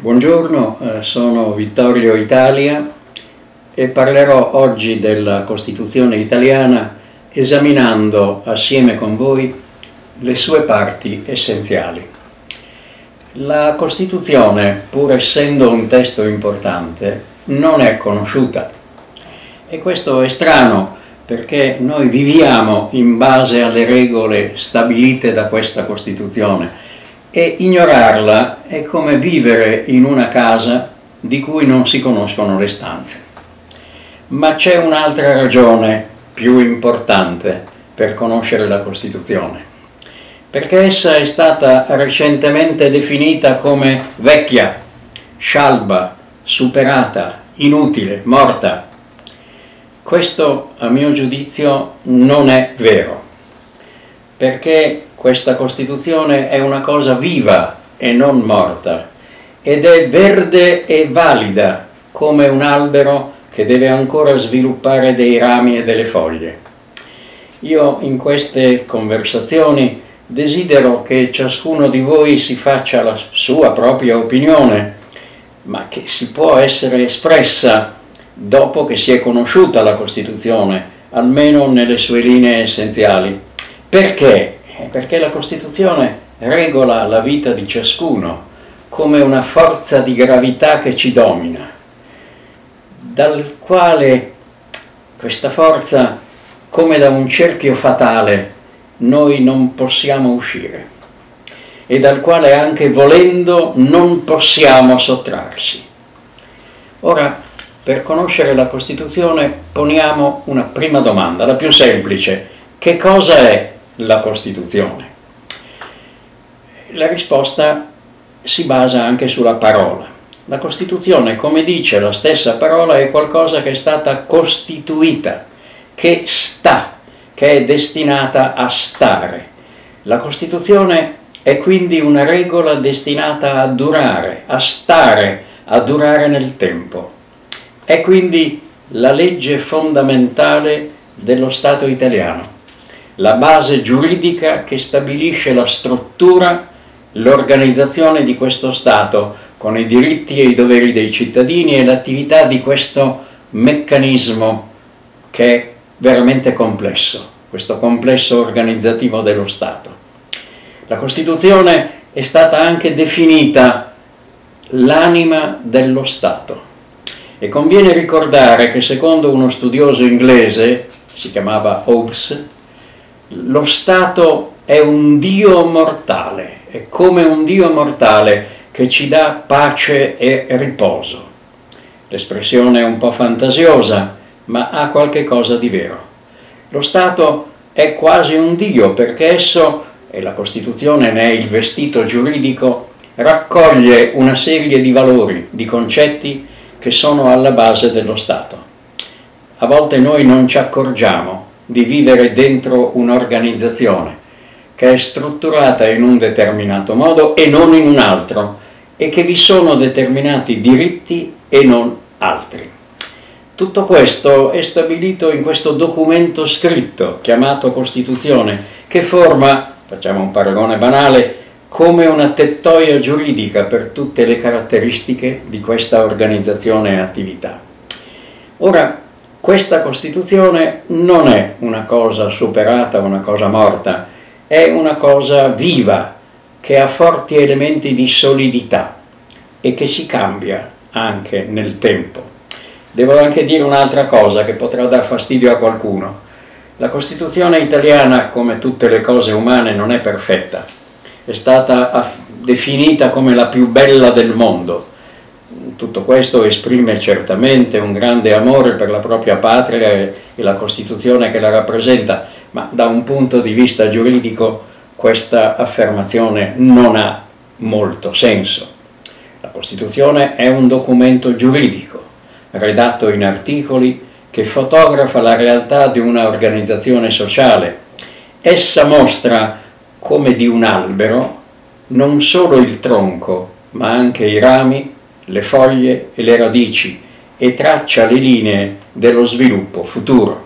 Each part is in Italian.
Buongiorno, sono Vittorio Italia e parlerò oggi della Costituzione italiana esaminando assieme con voi le sue parti essenziali. La Costituzione, pur essendo un testo importante, non è conosciuta e questo è strano perché noi viviamo in base alle regole stabilite da questa Costituzione e ignorarla è come vivere in una casa di cui non si conoscono le stanze. Ma c'è un'altra ragione più importante per conoscere la Costituzione, perché essa è stata recentemente definita come vecchia, scialba, superata, inutile, morta. Questo, a mio giudizio, non è vero, perché questa Costituzione è una cosa viva e non morta, ed è verde e valida come un albero che deve ancora sviluppare dei rami e delle foglie. Io in queste conversazioni desidero che ciascuno di voi si faccia la sua propria opinione, ma che si può essere espressa dopo che si è conosciuta la Costituzione, almeno nelle sue linee essenziali. Perché? Perché la Costituzione regola la vita di ciascuno come una forza di gravità che ci domina, dal quale questa forza, come da un cerchio fatale, noi non possiamo uscire e dal quale anche volendo non possiamo sottrarsi. Ora, per conoscere la Costituzione poniamo una prima domanda, la più semplice: che cosa è la Costituzione? La risposta si basa anche sulla parola. La Costituzione, come dice la stessa parola, è qualcosa che è stata costituita, che sta, che è destinata a stare. La Costituzione è quindi una regola destinata a durare, a stare, a durare nel tempo. È quindi la legge fondamentale dello Stato italiano, la base giuridica che stabilisce la struttura, l'organizzazione di questo Stato, con i diritti e i doveri dei cittadini e l'attività di questo meccanismo che è veramente complesso, questo complesso organizzativo dello Stato. La Costituzione è stata anche definita l'anima dello Stato e conviene ricordare che secondo uno studioso inglese, si chiamava Hobbes, lo Stato è un Dio mortale, è come un Dio mortale che ci dà pace e riposo. L'espressione è un po' fantasiosa, ma ha qualche cosa di vero. Lo Stato è quasi un Dio perché esso, e la Costituzione ne è il vestito giuridico, raccoglie una serie di valori, di concetti che sono alla base dello Stato. A volte noi non ci accorgiamo di vivere dentro un'organizzazione che è strutturata in un determinato modo e non in un altro, e che vi sono determinati diritti e non altri. Tutto questo è stabilito in questo documento scritto chiamato Costituzione, che forma, facciamo un paragone banale, come una tettoia giuridica per tutte le caratteristiche di questa organizzazione e attività. Ora, questa Costituzione non è una cosa superata, una cosa morta, è una cosa viva, che ha forti elementi di solidità e che si cambia anche nel tempo. Devo anche dire un'altra cosa che potrà dar fastidio a qualcuno. La Costituzione italiana, come tutte le cose umane, non è perfetta. È stata definita come la più bella del mondo. Tutto questo esprime certamente un grande amore per la propria patria e la Costituzione che la rappresenta, ma da un punto di vista giuridico questa affermazione non ha molto senso. La Costituzione è un documento giuridico, redatto in articoli, che fotografa la realtà di una organizzazione sociale. Essa mostra come di un albero non solo il tronco, ma anche i rami, le foglie e le radici, e traccia le linee dello sviluppo futuro.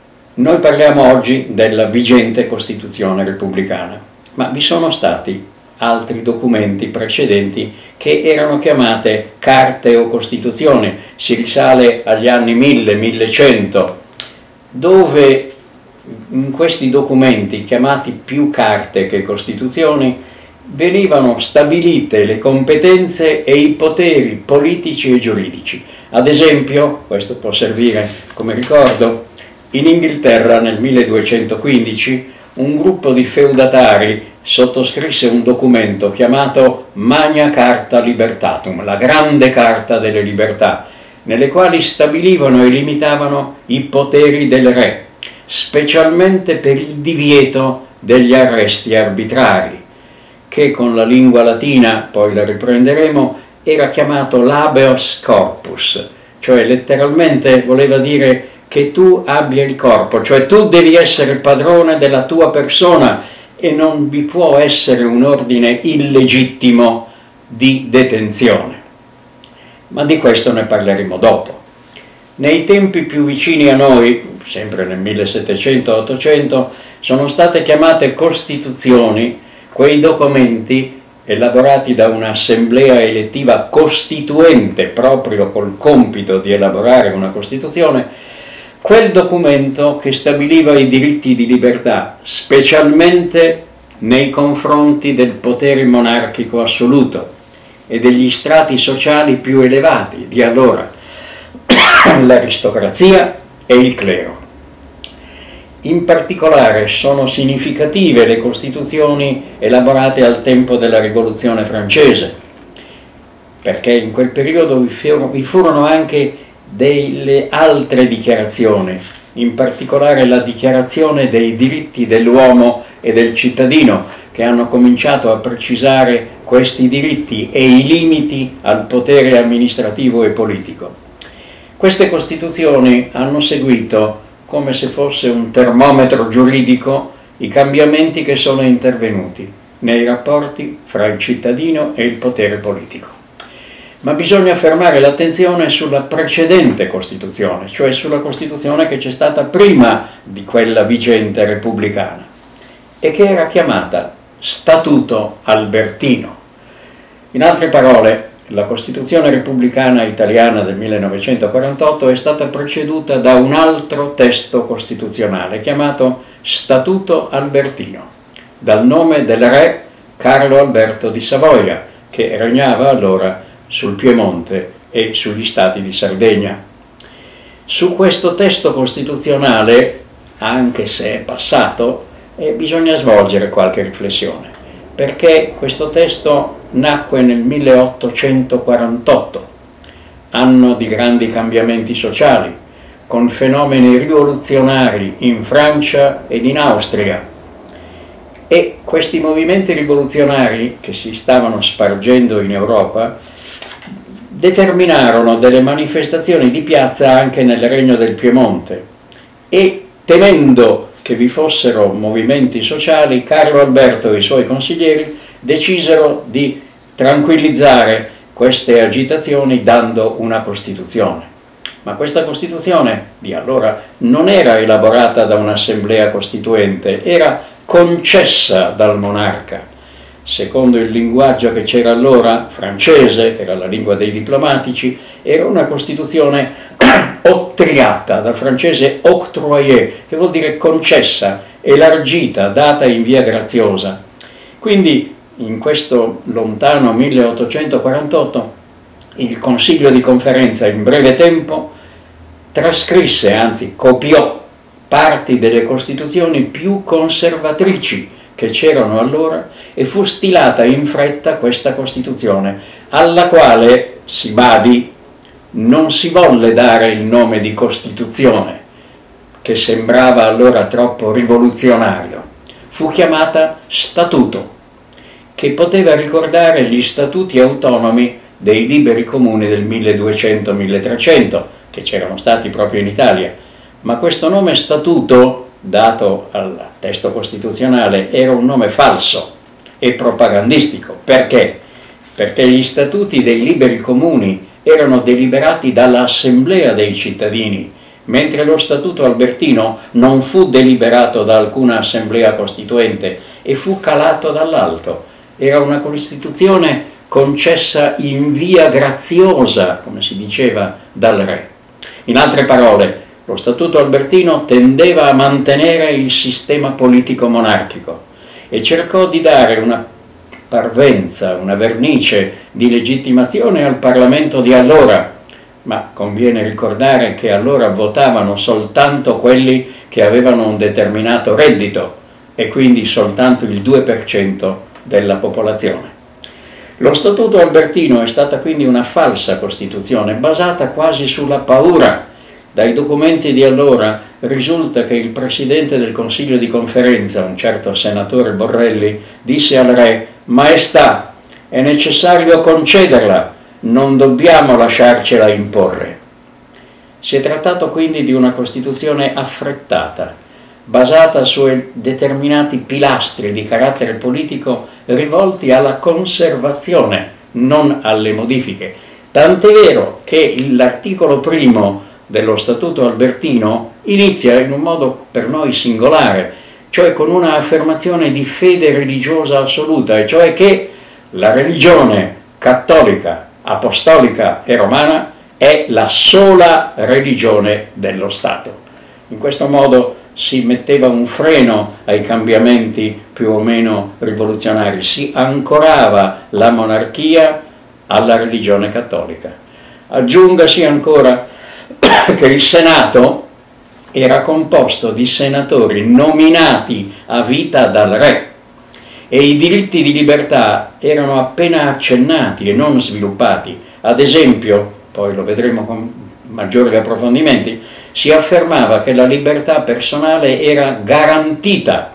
Noi parliamo oggi della vigente Costituzione repubblicana, ma vi sono stati altri documenti precedenti che erano chiamate carte o costituzioni. Si risale agli anni 1000-1100, dove in questi documenti, chiamati più carte che costituzioni, venivano stabilite le competenze e i poteri politici e giuridici. Ad esempio, questo può servire come ricordo, in Inghilterra nel 1215 un gruppo di feudatari sottoscrisse un documento chiamato Magna Carta Libertatum, la grande carta delle libertà, nelle quali stabilivano e limitavano i poteri del re, specialmente per il divieto degli arresti arbitrari, che con la lingua latina, poi la riprenderemo, era chiamato l'habeas corpus, cioè letteralmente voleva dire che tu abbia il corpo, cioè tu devi essere padrone della tua persona e non vi può essere un ordine illegittimo di detenzione. Ma di questo ne parleremo dopo. Nei tempi più vicini a noi, sempre nel 1700-800, sono state chiamate costituzioni quei documenti elaborati da un'assemblea elettiva costituente, proprio col compito di elaborare una Costituzione, quel documento che stabiliva i diritti di libertà, specialmente nei confronti del potere monarchico assoluto e degli strati sociali più elevati di allora, l'aristocrazia e il clero. In particolare sono significative le costituzioni elaborate al tempo della Rivoluzione francese, perché in quel periodo vi furono anche delle altre dichiarazioni, in particolare la Dichiarazione dei diritti dell'uomo e del cittadino, che hanno cominciato a precisare questi diritti e i limiti al potere amministrativo e politico. Queste Costituzioni hanno seguito, come se fosse un termometro giuridico, i cambiamenti che sono intervenuti nei rapporti fra il cittadino e il potere politico. Ma bisogna fermare l'attenzione sulla precedente Costituzione, cioè sulla Costituzione che c'è stata prima di quella vigente repubblicana e che era chiamata Statuto Albertino. In altre parole, la Costituzione repubblicana italiana del 1948 è stata preceduta da un altro testo costituzionale chiamato Statuto Albertino, dal nome del re Carlo Alberto di Savoia, che regnava allora sul Piemonte e sugli stati di Sardegna. Su questo testo costituzionale, anche se è passato, bisogna svolgere qualche riflessione, perché questo testo nacque nel 1848, anno di grandi cambiamenti sociali, con fenomeni rivoluzionari in Francia ed in Austria. E questi movimenti rivoluzionari che si stavano spargendo in Europa determinarono delle manifestazioni di piazza anche nel Regno del Piemonte e, temendo che vi fossero movimenti sociali, Carlo Alberto e i suoi consiglieri decisero di tranquillizzare queste agitazioni dando una Costituzione. Ma questa Costituzione di allora non era elaborata da un'assemblea costituente, era concessa dal monarca. Secondo il linguaggio che c'era allora, francese, che era la lingua dei diplomatici, era una Costituzione ottriata, dal francese octroyer, che vuol dire concessa, elargita, data in via graziosa. Quindi, in questo lontano 1848, il Consiglio di Conferenza in breve tempo trascrisse, anzi copiò, parti delle Costituzioni più conservatrici che c'erano allora e fu stilata in fretta questa Costituzione, alla quale, si badi, non si volle dare il nome di Costituzione, che sembrava allora troppo rivoluzionario. Fu chiamata Statuto, che poteva ricordare gli statuti autonomi dei liberi comuni del 1200-1300, che c'erano stati proprio in Italia. Ma questo nome Statuto, dato al testo costituzionale, era un nome falso e propagandistico. Perché? Perché gli statuti dei liberi comuni erano deliberati dall'Assemblea dei cittadini, mentre lo Statuto Albertino non fu deliberato da alcuna assemblea costituente e fu calato dall'alto, era una Costituzione concessa in via graziosa, come si diceva, dal re. In altre parole, lo Statuto Albertino tendeva a mantenere il sistema politico monarchico e cercò di dare una parvenza, una vernice di legittimazione al Parlamento di allora, ma conviene ricordare che allora votavano soltanto quelli che avevano un determinato reddito e quindi soltanto il 2% della popolazione. Lo Statuto Albertino è stata quindi una falsa Costituzione basata quasi sulla paura. Dai documenti di allora risulta che il presidente del Consiglio di Conferenza, un certo senatore Borrelli, disse al re: «Maestà, è necessario concederla, non dobbiamo lasciarcela imporre». Si è trattato quindi di una Costituzione affrettata, basata su determinati pilastri di carattere politico rivolti alla conservazione, non alle modifiche. Tant'è vero che l'articolo primo dello Statuto Albertino inizia in un modo per noi singolare, cioè con una affermazione di fede religiosa assoluta, e cioè che la religione cattolica, apostolica e romana è la sola religione dello Stato. In questo modo si metteva un freno ai cambiamenti più o meno rivoluzionari, si ancorava la monarchia alla religione cattolica. Aggiungasi ancora che il Senato era composto di senatori nominati a vita dal re e i diritti di libertà erano appena accennati e non sviluppati. Ad esempio, poi lo vedremo con maggiori approfondimenti, si affermava che la libertà personale era garantita,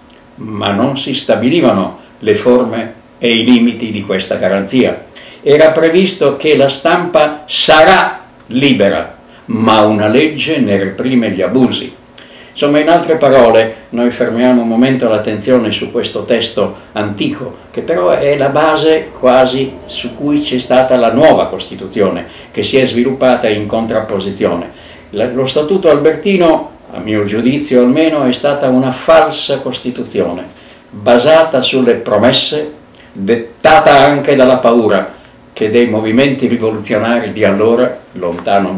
ma non si stabilivano le forme e i limiti di questa garanzia. Era previsto che la stampa sarà libera, ma una legge ne reprime gli abusi. Insomma, in altre parole, noi fermiamo un momento l'attenzione su questo testo antico, che però è la base quasi su cui c'è stata la nuova Costituzione, che si è sviluppata in contrapposizione. Lo Statuto Albertino, a mio giudizio almeno, è stata una falsa Costituzione, basata sulle promesse, dettata anche dalla paura che dei movimenti rivoluzionari di allora, lontano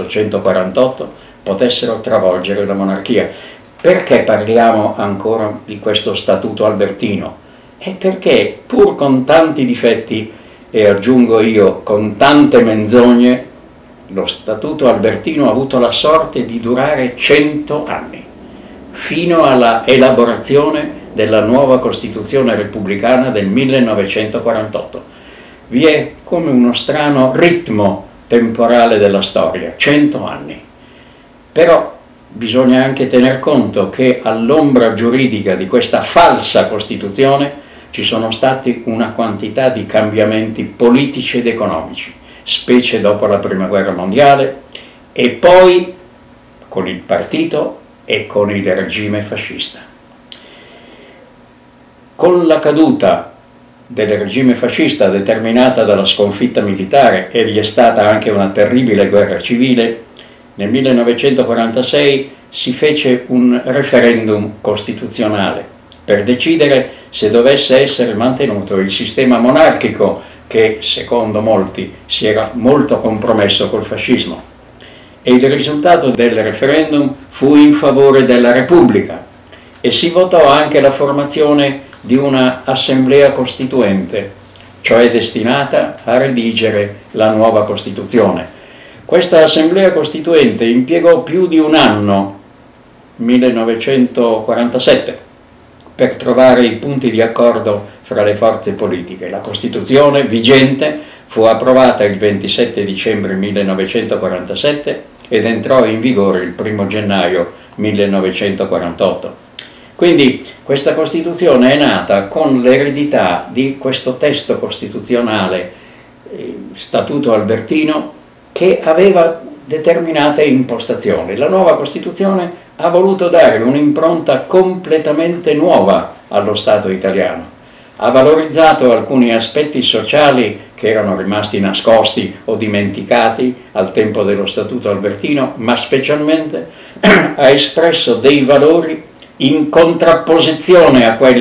1848, potessero travolgere la monarchia. Perché parliamo ancora di questo Statuto Albertino? È perché, pur con tanti difetti, e aggiungo io, con tante menzogne, lo Statuto Albertino ha avuto la sorte di durare 100 anni, fino alla elaborazione della nuova Costituzione repubblicana del 1948. Vi è come uno strano ritmo temporale della storia, 100 anni. Però bisogna anche tener conto che all'ombra giuridica di questa falsa Costituzione ci sono stati una quantità di cambiamenti politici ed economici, specie dopo la Prima Guerra Mondiale, e poi con il partito e con il regime fascista. Con la caduta del regime fascista determinata dalla sconfitta militare, e vi è stata anche una terribile guerra civile, nel 1946 si fece un referendum costituzionale per decidere se dovesse essere mantenuto il sistema monarchico che, secondo molti, si era molto compromesso col fascismo. E il risultato del referendum fu in favore della Repubblica e si votò anche la formazione di una assemblea costituente, cioè destinata a redigere la nuova Costituzione. Questa assemblea costituente impiegò più di un anno, 1947, per trovare i punti di accordo fra le forze politiche. La Costituzione vigente fu approvata il 27 dicembre 1947 ed entrò in vigore il 1 gennaio 1948. Quindi questa Costituzione è nata con l'eredità di questo testo costituzionale, Statuto Albertino, che aveva determinate impostazioni. La nuova Costituzione ha voluto dare un'impronta completamente nuova allo Stato italiano. Ha valorizzato alcuni aspetti sociali che erano rimasti nascosti o dimenticati al tempo dello Statuto Albertino, ma specialmente ha espresso dei valori in contrapposizione a quelli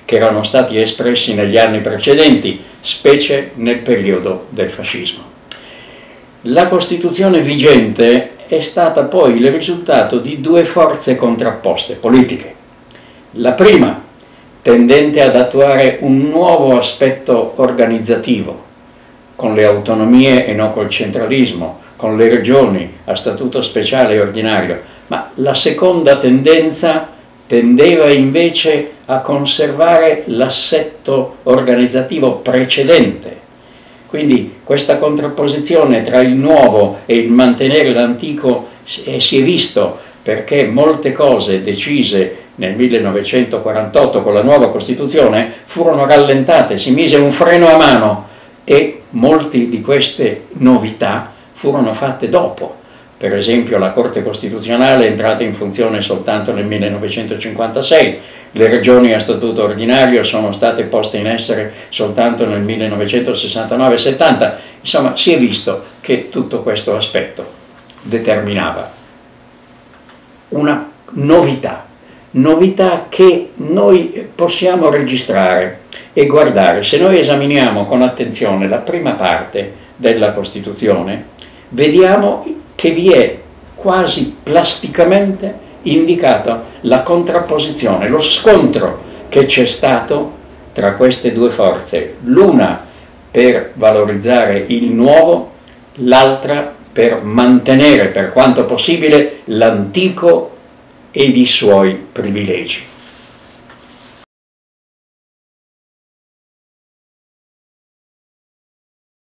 che erano stati espressi negli anni precedenti, specie nel periodo del fascismo. La Costituzione vigente è stata poi il risultato di due forze contrapposte politiche. La prima, tendente ad attuare un nuovo aspetto organizzativo, con le autonomie e non col centralismo, con le regioni a statuto speciale e ordinario, ma la seconda tendenza tendeva invece a conservare l'assetto organizzativo precedente. Quindi questa contrapposizione tra il nuovo e il mantenere l'antico si è visto perché molte cose decise nel 1948 con la nuova Costituzione furono rallentate, si mise un freno a mano e molte di queste novità furono fatte dopo. Per esempio la Corte Costituzionale è entrata in funzione soltanto nel 1956, le regioni a statuto ordinario sono state poste in essere soltanto nel 1969-70, insomma si è visto che tutto questo aspetto determinava una novità che noi possiamo registrare e guardare. Se noi esaminiamo con attenzione la prima parte della Costituzione, vediamo che vi è quasi plasticamente indicata la contrapposizione, lo scontro che c'è stato tra queste due forze, l'una per valorizzare il nuovo, l'altra per mantenere per quanto possibile l'antico ed i suoi privilegi.